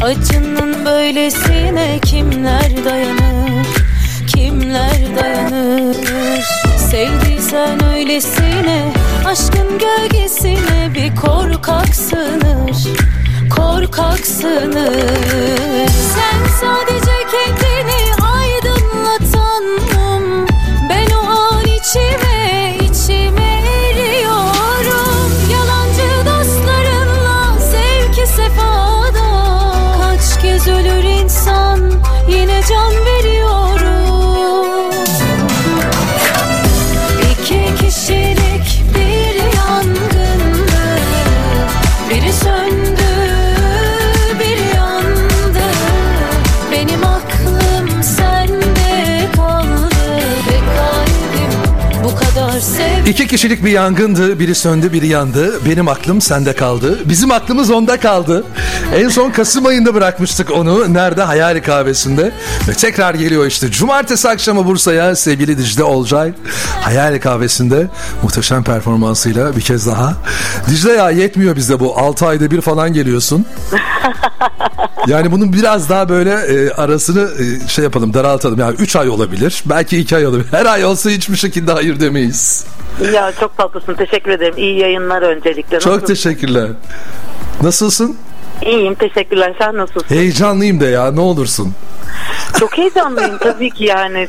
Acının böylesine kimler dayanır, kimler dayanır? Sevdiysen öylesine aşkın gölgesine bir korkak sığınır, korkak sığınır. Sen sadece kendini aydınlatan mum, ben o an içime eriyorum. Yalancı dostlarınla zevki sefada, kaç kez ölür insan yine can veriyorum. İki kişilik bir yangındı, biri söndü biri yandı. Benim aklım sende kaldı ve kalbim bu kadar sevdi. İki kişilik bir yangındı, biri söndü biri yandı. Benim aklım sende kaldı. Bizim aklımız onda kaldı. En son Kasım ayında bırakmıştık onu. Nerede? Hayali Kahvesi'nde. Ve tekrar geliyor işte. Cumartesi akşamı Bursa'ya sevgili Dicle Olcay. Hayali Kahvesi'nde muhteşem performansıyla bir kez daha. Dicle ya, yetmiyor bizde bu. 6 ayda bir falan geliyorsun. Yani bunun biraz daha böyle arasını şey yapalım, daraltalım. Yani 3 ay olabilir. Belki 2 ay olabilir. Her ay olsa hiçbir şekilde hayır demeyiz. Ya çok tatlısın. Teşekkür ederim. İyi yayınlar öncelikle. Çok teşekkürler. Nasılsın? İyiyim. Teşekkürler. Sen nasılsın? Heyecanlıyım de ya, ne olursun. Çok heyecanlıyım tabii ki, yani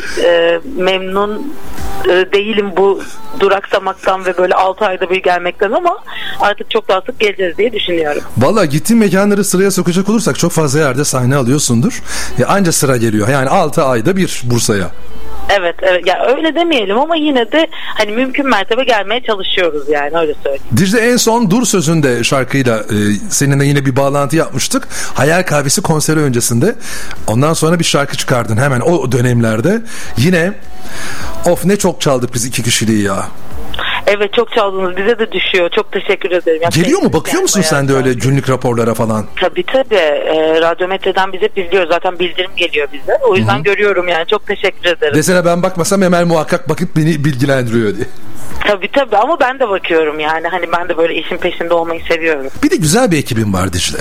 memnun değilim bu duraksamaktan ve böyle 6 ayda bir gelmekten, ama artık çok daha sık geleceğiz diye düşünüyorum. Valla gittiğin mekanları sıraya sokacak olursak çok fazla yerde sahne alıyorsundur. Ya anca sıra geliyor. Yani 6 ayda bir Bursa'ya. Evet, evet. Ya öyle demeyelim ama yine de hani mümkün mertebe gelmeye çalışıyoruz, yani öyle söyleyeyim. Dicle, en son Dur Sözünde şarkıyla seninle yine bir bağlantı yapmıştık. Hayal Kahvesi konseri öncesinde. Ondan sonra bir şarkı çıkardın hemen o dönemlerde. Yine of, ne çok çaldık biz iki kişiliği ya. Evet, çok çaldınız. Bize de düşüyor. Çok teşekkür ederim. Ya, geliyor mu? Bakıyor musun sen de öyle günlük raporlara falan? Tabii. Radyometre'den biz hep izliyoruz. Zaten bildirim geliyor bize. O yüzden görüyorum yani. Çok teşekkür ederim. Desene ben bakmasam Emel muhakkak bakıp beni bilgilendiriyor diye. Tabii ama ben de bakıyorum yani. Hani ben de böyle işin peşinde olmayı seviyorum. Bir de güzel bir ekibin var Dicle.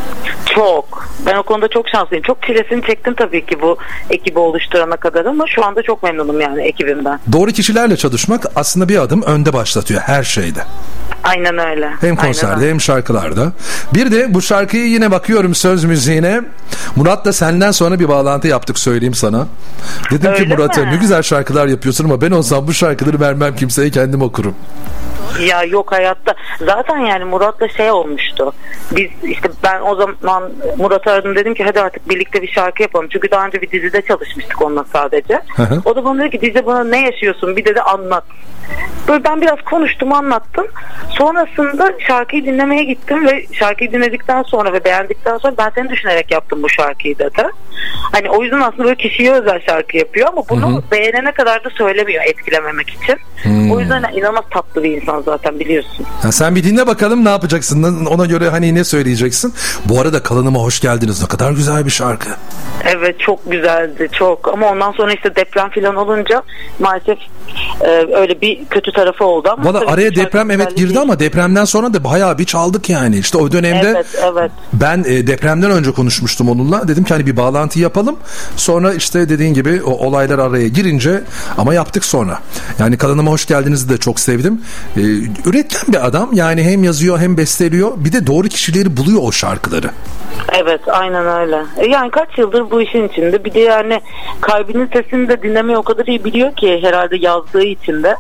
Çok. Ben o konuda çok şanslıyım. Çok çilesini çektim tabii ki bu ekibi oluşturana kadar, ama şu anda çok memnunum yani ekibimden. Doğru kişilerle çalışmak aslında bir adım önde başlatıyor her şeyde. Aynen öyle. Hem konserde hem şarkılarda. Bir de bu şarkıyı yine bakıyorum söz müziğine. Murat'la senden sonra bir bağlantı yaptık, söyleyeyim sana. Dedim öyle ki Murat'a, ne güzel şarkılar yapıyorsun ama ben olsam bu şarkıları vermem kimseye, kendim okurum. Ya yok, hayatta. Zaten yani Murat'la şey olmuştu. Biz işte, ben o zaman Murat'ı aradım, dedim ki hadi artık birlikte bir şarkı yapalım. Çünkü daha önce bir dizide çalışmıştık onunla sadece. O da bana dedi ki Dicle, bana ne yaşıyorsun bir dedi, anlat. Böyle ben biraz konuştum, anlattım. Sonrasında şarkıyı dinlemeye gittim ve şarkıyı dinledikten sonra ve beğendikten sonra ben seni düşünerek yaptım bu şarkıyı dedi. Hani o yüzden aslında böyle kişiye özel şarkı yapıyor ama bunu beğenene kadar da söylemiyor etkilememek için. O yüzden inanılmaz tatlı bir insan zaten, biliyorsun. Ya sen bir dinle bakalım ne yapacaksın, ona göre hani ne söyleyeceksin. Bu arada Kalanıma hoş geldiniz, ne kadar güzel bir şarkı. Evet, çok güzeldi çok, ama ondan sonra işte deprem falan olunca maalesef öyle bir kötü tarafı oldu. Ama valla araya deprem evet girdi değil. Ama depremden sonra da bayağı bir çaldık yani. İşte o dönemde evet. Ben depremden önce konuşmuştum onunla. Dedim ki hani bir bağlantı yapalım. Sonra işte dediğin gibi o olaylar araya girince, ama yaptık sonra. Yani Kalanıma hoş geldinizi de çok sevdim. Üretken bir adam yani, hem yazıyor hem besteliyor. Bir de doğru kişileri buluyor o şarkıları. Evet, aynen öyle. Yani kaç yıldır bu işin içinde. Bir de yani kalbinin sesini de dinlemeyi o kadar iyi biliyor ki, herhalde yazdığı için de.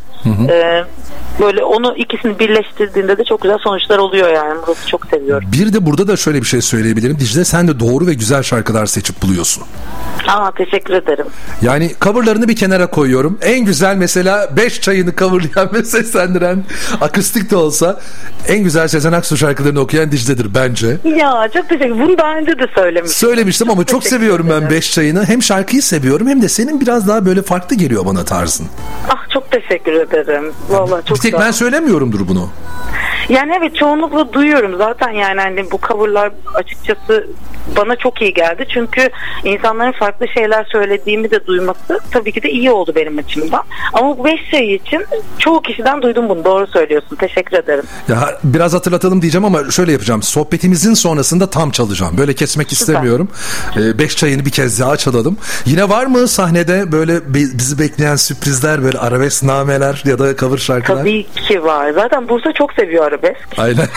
Böyle onu ikisini birleştirdiğinde de çok güzel sonuçlar oluyor yani. Murat'ı çok seviyorum. Bir de burada da şöyle bir şey söyleyebilirim. Dicle, sen de doğru ve güzel şarkılar seçip buluyorsun. Teşekkür ederim. Yani coverlarını bir kenara koyuyorum. En güzel mesela 5 çayını coverlayan ve seslendiren, akustik de olsa en güzel Sezen Aksu şarkılarını okuyan Dicle'dir bence. Ya çok teşekkür ederim. Bunu daha önce de söylemiştim ama çok seviyorum ben 5 çayını. Hem şarkıyı seviyorum hem de senin biraz daha böyle farklı geliyor bana tarzın. Çok teşekkür ederim. Vallahi çok bir tek ben söylemiyorumdur bunu. Yani evet, çoğunlukla duyuyorum zaten, yani hani bu coverlar açıkçası bana çok iyi geldi. Çünkü insanların farklı şeyler söylediğimi de duyması tabii ki de iyi oldu benim açımdan. Ama bu 5 sayı için çoğu kişiden duydum bunu. Doğru söylüyorsun. Teşekkür ederim. Ya biraz hatırlatalım diyeceğim ama şöyle yapacağım. Sohbetimizin sonrasında tam çalacağım. Böyle kesmek istemiyorum. 5 çayını bir kez daha çalalım. Yine var mı sahnede böyle bizi bekleyen sürprizler, böyle arabesk nameler ya da cover şarkılar? Tabii ki var. Zaten Bursa çok seviyor arabesk. Aynen.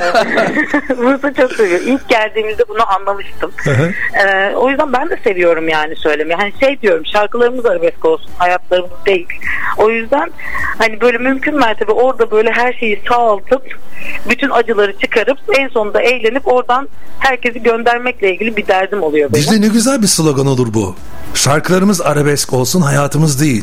Bursa çok seviyor. İlk geldiğimizde bunu anlamıştım. O yüzden ben de seviyorum yani söylemeyi. Hani şey diyorum, şarkılarımız arabesk olsun, hayatlarımız değil. O yüzden hani böyle mümkün mertebe orada böyle her şeyi sağaltıp bütün acıları çıkarıp en sonunda eğlenip oradan herkesi göndermekle ilgili bir derdim oluyor benim. Dicle, ne güzel bir slogan olur bu. Şarkılarımız arabesk olsun, hayatımız değil.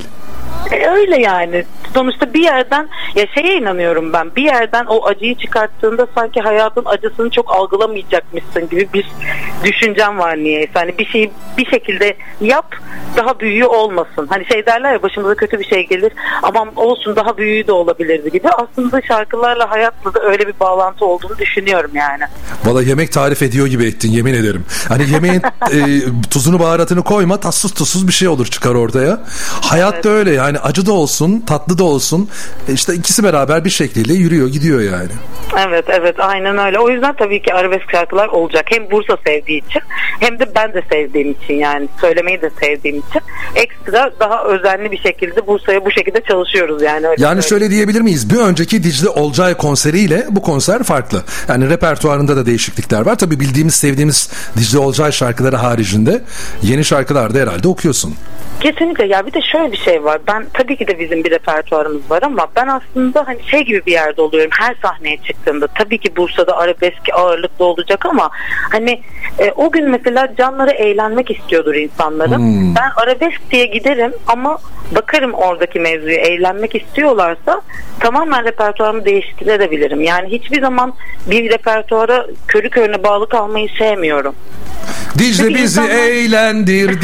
Öyle yani. Sonuçta bir yerden, ya şeye inanıyorum ben, bir yerden o acıyı çıkarttığında sanki hayatın acısını çok algılamayacakmışsın gibi bir düşüncem var niyeyse. Hani bir şeyi bir şekilde yap, daha büyüğü olmasın. Hani şey derler ya, başımıza kötü bir şey gelir, aman olsun daha büyüğü de olabilirdi gibi. Aslında şarkılarla hayatla da öyle bir bağlantı olduğunu düşünüyorum yani. Vallahi yemek tarif ediyor gibi ettin, yemin ederim. Hani yemeğin tuzunu baharatını koyma, tatsız tuzsuz bir şey olur, çıkar ortaya. Hayat evet. Da öyle yani, acı da olsun tatlı da olsun, işte ikisi beraber bir şekilde yürüyor gidiyor yani. Evet aynen öyle. O yüzden tabii ki arabesk şarkılar olacak. Hem Bursa sevdiği için hem de ben de sevdiğim için, yani söylemeyi de sevdiğim için ekstra daha özenli bir şekilde Bursa'ya bu şekilde çalışıyoruz yani. Öyle yani şöyle diyebilir miyiz? Bir önceki Dicle Olcay konseriyle bu konser farklı. Yani repertuarında da değişiklikler var. Tabii bildiğimiz, sevdiğimiz Dicle Olcay şarkıları haricinde yeni şarkılar da herhalde okuyorsun. Kesinlikle. Ya bir de şöyle bir şey var. Ben tabii ki de bizim bir repertuarımız var ama ben aslında hani şey gibi bir yerde oluyorum her sahneye çıktığımda. Tabii ki Bursa'da arabesk ağırlıklı olacak ama hani o gün mesela canları eğlenmek istiyordur insanların. Ben arabesk diye giderim ama bakarım oradaki mevzuya, eğlenmek istiyorlarsa tamamen repertuarımı değiştirebilirim. Yani hiçbir zaman bir repertuara körü körüne bağlı kalmayı sevmiyorum. Dicle bizi insanlar... eğlendir.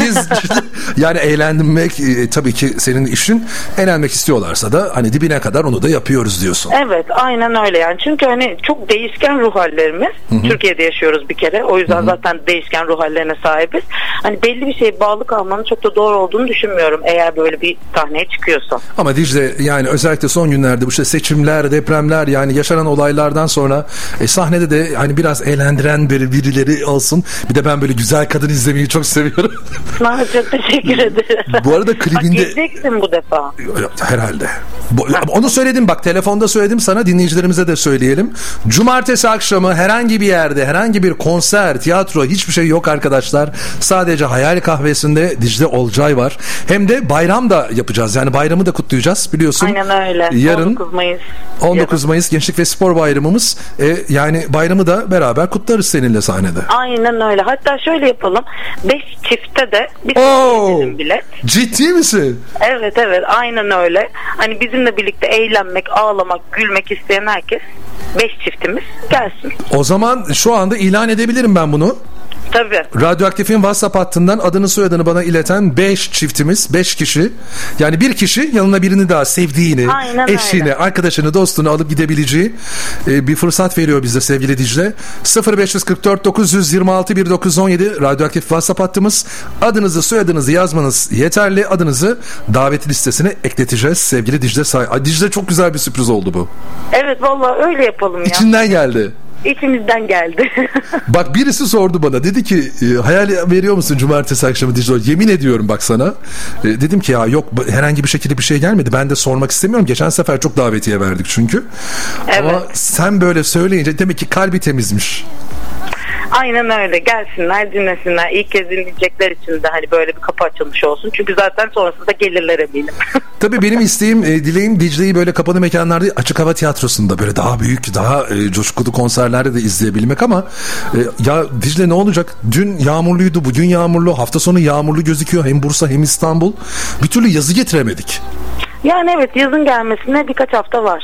Yani eğlenmek tabii ki senin işin. Eğlenmek istiyorlarsa da hani dibine kadar onu da yapıyoruz diyorsun. Evet aynen öyle yani. Çünkü hani çok değişken ruh hallerimiz. Hı-hı. Türkiye'de yaşıyoruz bir kere. O yüzden Hı-hı. zaten değişken ruh hallerine sahibiz. Hani belli bir şeye bağlı kalmanın çok da doğru olduğunu düşünmüyorum eğer böyle bir sahneye çıkıyorsa. Ama Dicle yani özellikle son günlerde bu işte seçimler, depremler, yani yaşanan olaylardan sonra sahnede de hani biraz eğlendiren birileri olsun. Bir de ben böyle güzel kadın izlemeyi çok seviyorum. Çok teşekkür ederim. Bu arada klibinde... Geleceksin bu defa. Herhalde. Onu söyledim bak, telefonda söyledim sana, dinleyicilerimize de söyleyelim. Cumartesi akşamı herhangi bir yerde, herhangi bir konser, tiyatro, hiçbir şey yok arkadaşlar. Sadece Hayali Kahvesi'nde Dicle Olcay var. Hem de bayram da yapacağız. Yani bayramı da kutlayacağız biliyorsun. Aynen öyle. Yarın 19 Mayıs Gençlik ve Spor Bayramımız. Yani bayramı da beraber kutlarız seninle sahnede. Aynen öyle. Hatta şöyle yapalım. 5 çifte de bir bilet. Ciddi misin? Evet aynen öyle. Hani bizimle birlikte eğlenmek, ağlamak, gülmek isteyen herkes 5 çiftimiz gelsin. O zaman şu anda ilan edebilirim ben bunu. Tabii. Radyoaktif'in WhatsApp hattından adını soyadını bana ileten 5 çiftimiz, 5 kişi. Yani bir kişi yanına birini daha, sevdiğini, aynen eşini, öyle. Arkadaşını, dostunu alıp gidebileceği bir fırsat veriyor bize sevgili Dicle. 0544 926 1917 Radyoaktif WhatsApp hattımız. Adınızı, soyadınızı yazmanız yeterli. Adınızı davet listesine ekleteceğiz sevgili Dicle. Dicle, çok güzel bir sürpriz oldu bu. Evet vallahi öyle yapalım ya. İçinden geldi. İçimizden geldi. Bak birisi sordu bana, dedi ki hayal veriyor musun cumartesi akşamı Dicle? Yemin ediyorum bak sana. Dedim ki ya yok, herhangi bir şekilde bir şey gelmedi. Ben de sormak istemiyorum. Geçen sefer çok davetiye verdik çünkü. Evet. Ama sen böyle söyleyince demek ki kalbi temizmiş. Aynen öyle. Gelsinler, dinlesinler. İlk kez dinleyecekler için de hani böyle bir kapı açılmış olsun. Çünkü zaten sonrasında gelirler eminim. Tabii benim isteğim, dileğim Dicle'yi böyle kapalı mekanlarda, açık hava tiyatrosunda böyle daha büyük, daha coşkulu konserlerde de izleyebilmek ama ya Dicle ne olacak? Dün yağmurluydu, bugün yağmurlu, hafta sonu yağmurlu gözüküyor. Hem Bursa hem İstanbul. Bir türlü yazı getiremedik. Yani evet, yazın gelmesine birkaç hafta var.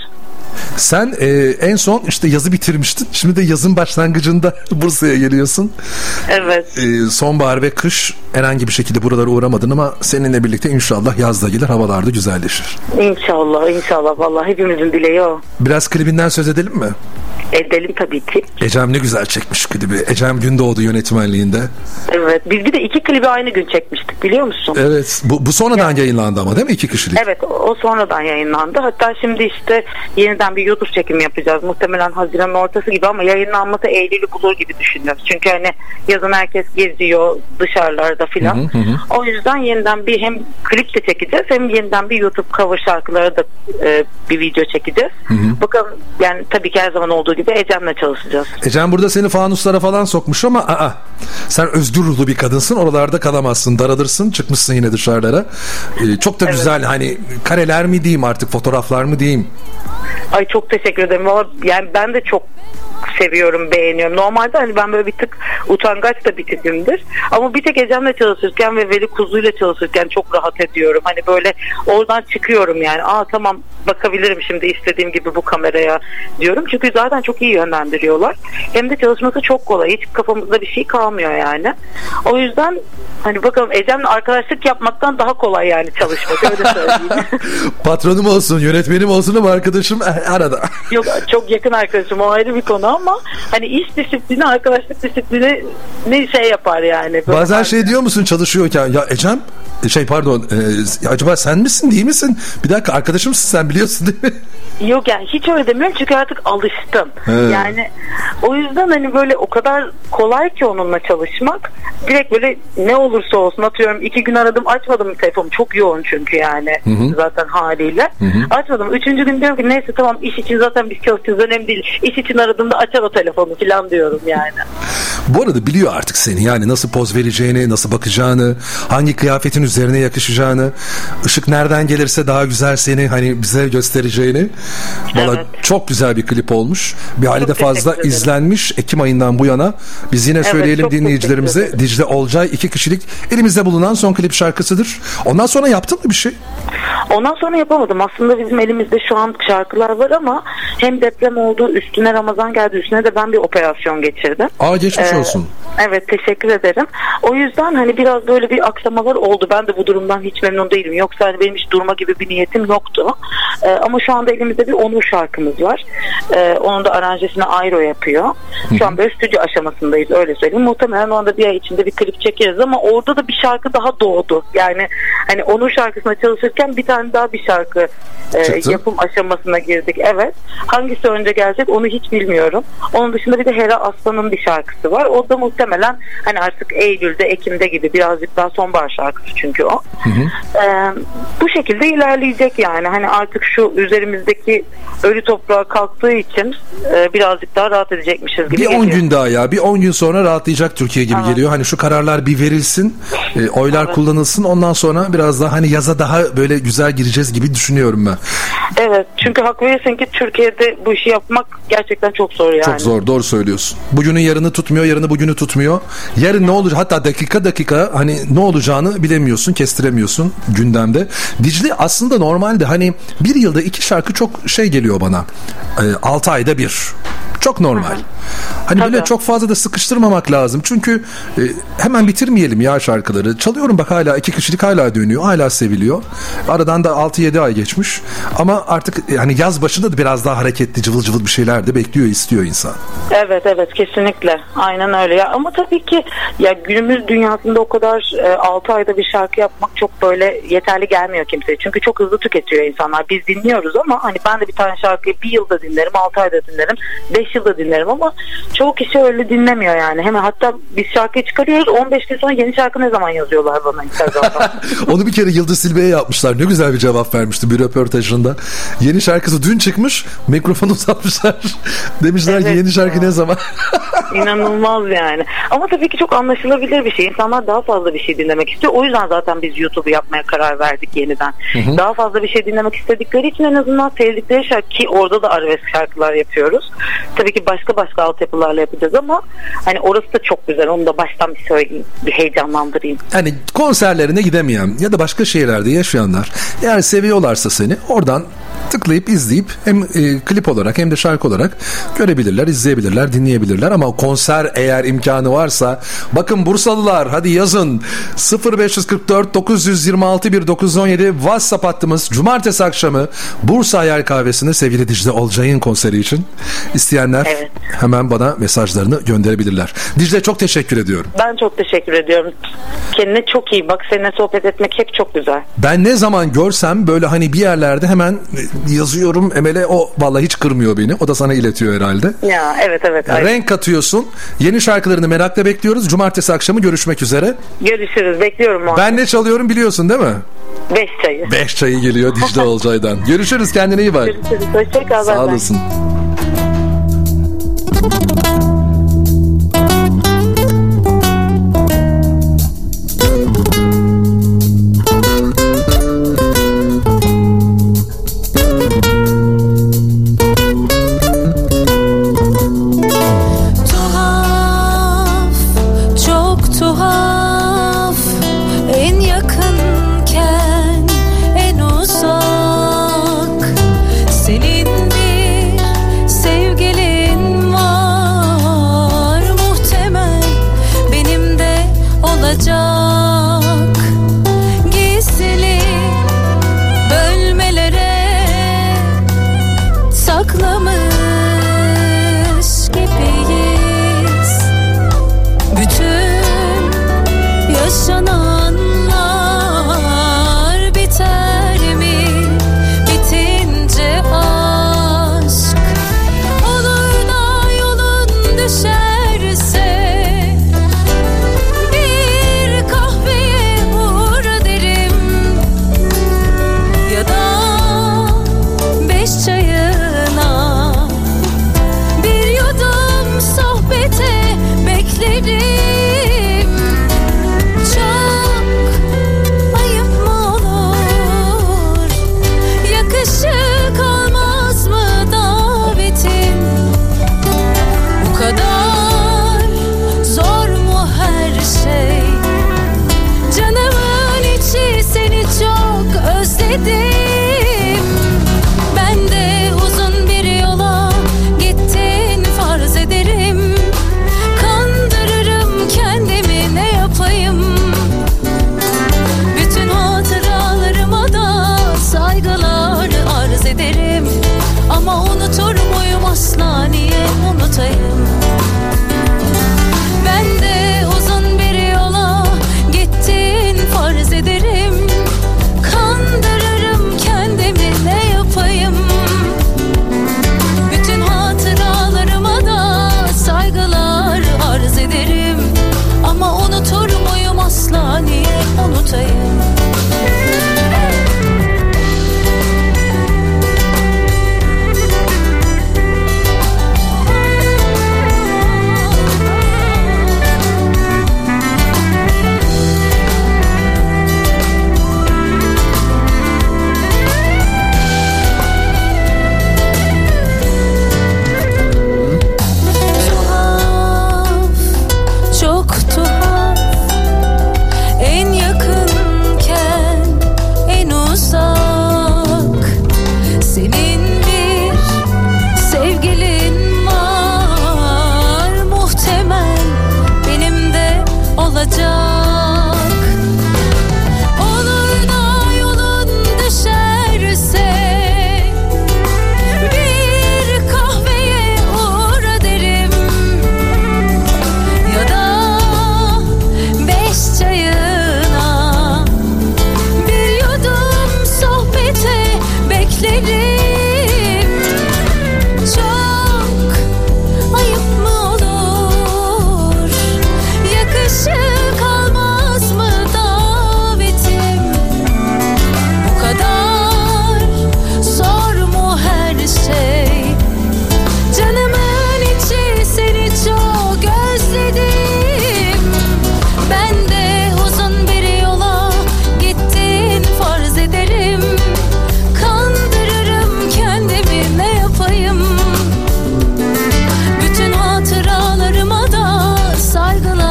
Sen en son işte yazı bitirmiştin. Şimdi de yazın başlangıcında Bursa'ya geliyorsun. Evet. Sonbahar ve kış herhangi bir şekilde buralara uğramadın ama seninle birlikte inşallah yaz da gelir, havalar da güzelleşir. İnşallah, inşallah. Vallahi hepimizin dileği o. Biraz klibinden söz edelim mi? Edelim tabii ki. Ecem ne güzel çekmiş klibi. Ecem Gündoğdu yönetmenliğinde. Evet. Biz bir de 2 klibi aynı gün çekmiştik, biliyor musun? Evet. Bu sonradan yayınlandı ama değil mi? 2 kişilik. Evet, o sonradan yayınlandı. Hatta şimdi işte yeniden bir YouTube çekimi yapacağız. Muhtemelen Haziran'ın ortası gibi ama yayınlanması Eylül'ü bulur gibi düşünüyoruz. Çünkü hani yazın herkes geziyor dışarılarda filan. O yüzden yeniden bir hem klip de çekeceğiz hem yeniden bir YouTube cover şarkıları da bir video çekeceğiz. Bakalım, yani tabii ki her zaman olduğu gibi Ecem'le çalışacağız. Ecem burada seni fanuslara falan sokmuş ama sen özgür ruhlu bir kadınsın. Oralarda kalamazsın. Daralırsın. Çıkmışsın yine dışarılara. Çok da güzel, hani kareler mi diyeyim artık, fotoğraflar mı diyeyim? Ay çok teşekkür ederim. Yani ben de çok seviyorum, beğeniyorum. Normalde hani ben böyle bir tık utangaç da bir tipimdir. Ama bir tek Ecem'le çalışırken ve Veli Kuzu'yla çalışırken çok rahat ediyorum. Hani böyle oradan çıkıyorum yani. Tamam, bakabilirim şimdi istediğim gibi bu kameraya diyorum. Çünkü zaten çok iyi yönlendiriyorlar. Hem de çalışması çok kolay. Hiç kafamızda bir şey kalmıyor yani. O yüzden hani bakalım, Ecem'le arkadaşlık yapmaktan daha kolay yani çalışmak. Öyle söyleyeyim. Patronum olsun, yönetmenim olsun ama arkadaşım arada. Yok, çok yakın arkadaşım, o ayrı bir konu ama hani iş disiplini, arkadaşlık disiplini ne şey yapar yani. Böyle bazen şey diyor musun çalışıyorken, ya Ecem acaba sen misin değil misin? Bir dakika, arkadaşımsın sen, biliyorsun değil mi? Yok yani hiç öyle demiyorum çünkü artık alıştım. Yani o yüzden hani böyle o kadar kolay ki onunla çalışmak. Direkt böyle ne olursa olsun, atıyorum 2 gün aradım açmadım telefonu, çok yoğun çünkü yani zaten haliyle. Açmadım. 3. gün diyorum ki neyse tamam, iş için zaten biz çalışacağız, önemli değil. İş için aradığımda açar o telefonu falan diyorum yani. Bu arada biliyor artık seni, yani nasıl poz vereceğini, nasıl bakacağını, hangi kıyafetin üzerine yakışacağını, ışık nereden gelirse daha güzel seni hani bize göstereceğini. Valla çok güzel bir klip olmuş. Bir halde fazla izlenmiş. Ekim ayından bu yana. Biz yine söyleyelim dinleyicilerimize, Dicle Olcay 2 kişilik elimizde bulunan son klip şarkısıdır. Ondan sonra yaptın mı bir şey? Ondan sonra yapamadım. Aslında bizim elimizde şu an şarkılar var ama hem deprem oldu, üstüne Ramazan geldi, üstüne de ben bir operasyon geçirdim. Geçmiş olsun. Evet, teşekkür ederim. O yüzden hani biraz böyle bir aksamalar oldu. Ben de bu durumdan hiç memnun değilim. Yoksa hani benim hiç durma gibi bir niyetim yoktu. Ama şu anda elimizde bir Onur şarkımız var. Onun da aranjesini Ayro yapıyor. Şu an böyle stüdyo aşamasındayız, öyle söyleyeyim. Muhtemelen o anda bir ay içinde bir klip çekeriz ama orada da bir şarkı daha doğdu. Yani hani Onur şarkısına çalışırken bir tane daha bir şarkı yapım aşamasına girdik. Evet. Hangisi önce gelecek onu hiç bilmiyorum. Onun dışında bir de Hera Aslan'ın bir şarkısı var. O da muhtemelen hani artık Eylül'de, Ekim'de gibi, birazcık daha sonbahar şarkısı çünkü o. Bu şekilde ilerleyecek yani. Hani artık şu üzerimizdeki ölü toprağa kalktığı için birazcık daha rahat edecekmişiz gibi bir geliyor. 10 gün daha ya. Bir 10 gün sonra rahatlayacak Türkiye gibi geliyor. Hani şu kararlar bir verilsin, oylar kullanılsın. Ondan sonra biraz daha hani yaza daha böyle güzel gireceğiz gibi düşünüyorum ben. Evet. Çünkü hak verirsin ki Türkiye'de bu işi yapmak gerçekten çok zor yani. Çok zor. Doğru söylüyorsun. Bugünün yarını tutmuyor. Yarını bugünü tutmuyor. Yarın ne olur? Hatta dakika hani ne olacağını bilemiyorsun. Kestiremiyorsun gündemde. Dicle aslında normalde hani bir yılda 2 şarkı çok şey geliyor bana. 6 ayda bir. Çok normal. Hani böyle çok fazla da sıkıştırmamak lazım. Çünkü hemen bitirmeyelim ya şarkıları. Çalıyorum bak, hala 2 kişilik hala dönüyor. Hala seviliyor. Aradan da 6-7 ay geçmiş. Ama artık hani yaz başında da biraz daha hareketli, cıvıl cıvıl bir şeyler de bekliyor, istiyor insan. Evet kesinlikle. Aynen öyle. Ya ama tabii ki ya günümüz dünyasında o kadar 6 ayda bir şarkı yapmak çok böyle yeterli gelmiyor kimseye. Çünkü çok hızlı tüketiyor insanlar. Biz dinliyoruz ama hani ben de bir tane şarkıyı 1 yılda dinlerim, 6 ayda dinlerim, 5 yılda dinlerim ama çoğu kişi öyle dinlemiyor yani. Hemen hatta biz şarkıyı çıkarıyoruz, 15 gün sonra yeni şarkı ne zaman yazıyorlar bana Instagram'da. Onu bir kere Yıldız Silbe'ye yapmışlar. Ne güzel bir cevap vermişti bir röportajında. Yeni şarkısı dün çıkmış, mikrofonu uzatmışlar. Demişler ki yeni şarkı ne zaman? İnanılmaz yani. Ama tabii ki çok anlaşılabilir bir şey. İnsanlar daha fazla bir şey dinlemek istiyor. O yüzden zaten biz YouTube'u yapmaya karar verdik yeniden. Daha fazla bir şey dinlemek istedikleri için en azından sevdikleri şarkı, ki orada da arabesk şarkılar yapıyoruz. Tabii ki başka altyapılarla yapacağız ama hani orası da çok güzel. Onu da baştan bir söyleyeyim. Bir heyecanlandırayım. Hani konserlerine gidemeyen ya da başka şehirlerde yaşayanlar eğer seviyorlarsa seni, oradan tıklayıp izleyip hem klip olarak hem de şarkı olarak görebilirler, izleyebilirler, dinleyebilirler. Ama konser eğer imkanı varsa, bakın Bursalılar hadi yazın, 0544 926 1917 WhatsApp hattımız. Cumartesi akşamı Bursa Hayal Kahvesi'nde sevgili Dicle Olcay'ın konseri için isteyenler hemen bana mesajlarını gönderebilirler. Dicle, çok teşekkür ediyorum. Ben çok teşekkür ediyorum. Kendine çok iyi bak. Seninle sohbet etmek hep çok güzel. Ben ne zaman görsem böyle hani bir yerlerde hemen yazıyorum Emel'e, o vallahi hiç kırmıyor beni. O da sana iletiyor herhalde. Ya evet. Renk katıyorsun. Yeni şarkılarını merakla bekliyoruz. Cumartesi akşamı görüşmek üzere. Görüşürüz. Bekliyorum onu. Ben ne çalıyorum biliyorsun değil mi? 5 çayı. 5 çayı geliyor Dicle Olcay'dan. Görüşürüz. Kendine iyi bak. Görüşürüz. Hoşçakal. Sağ olasın.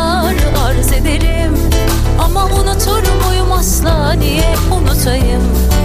asla niye unutayım?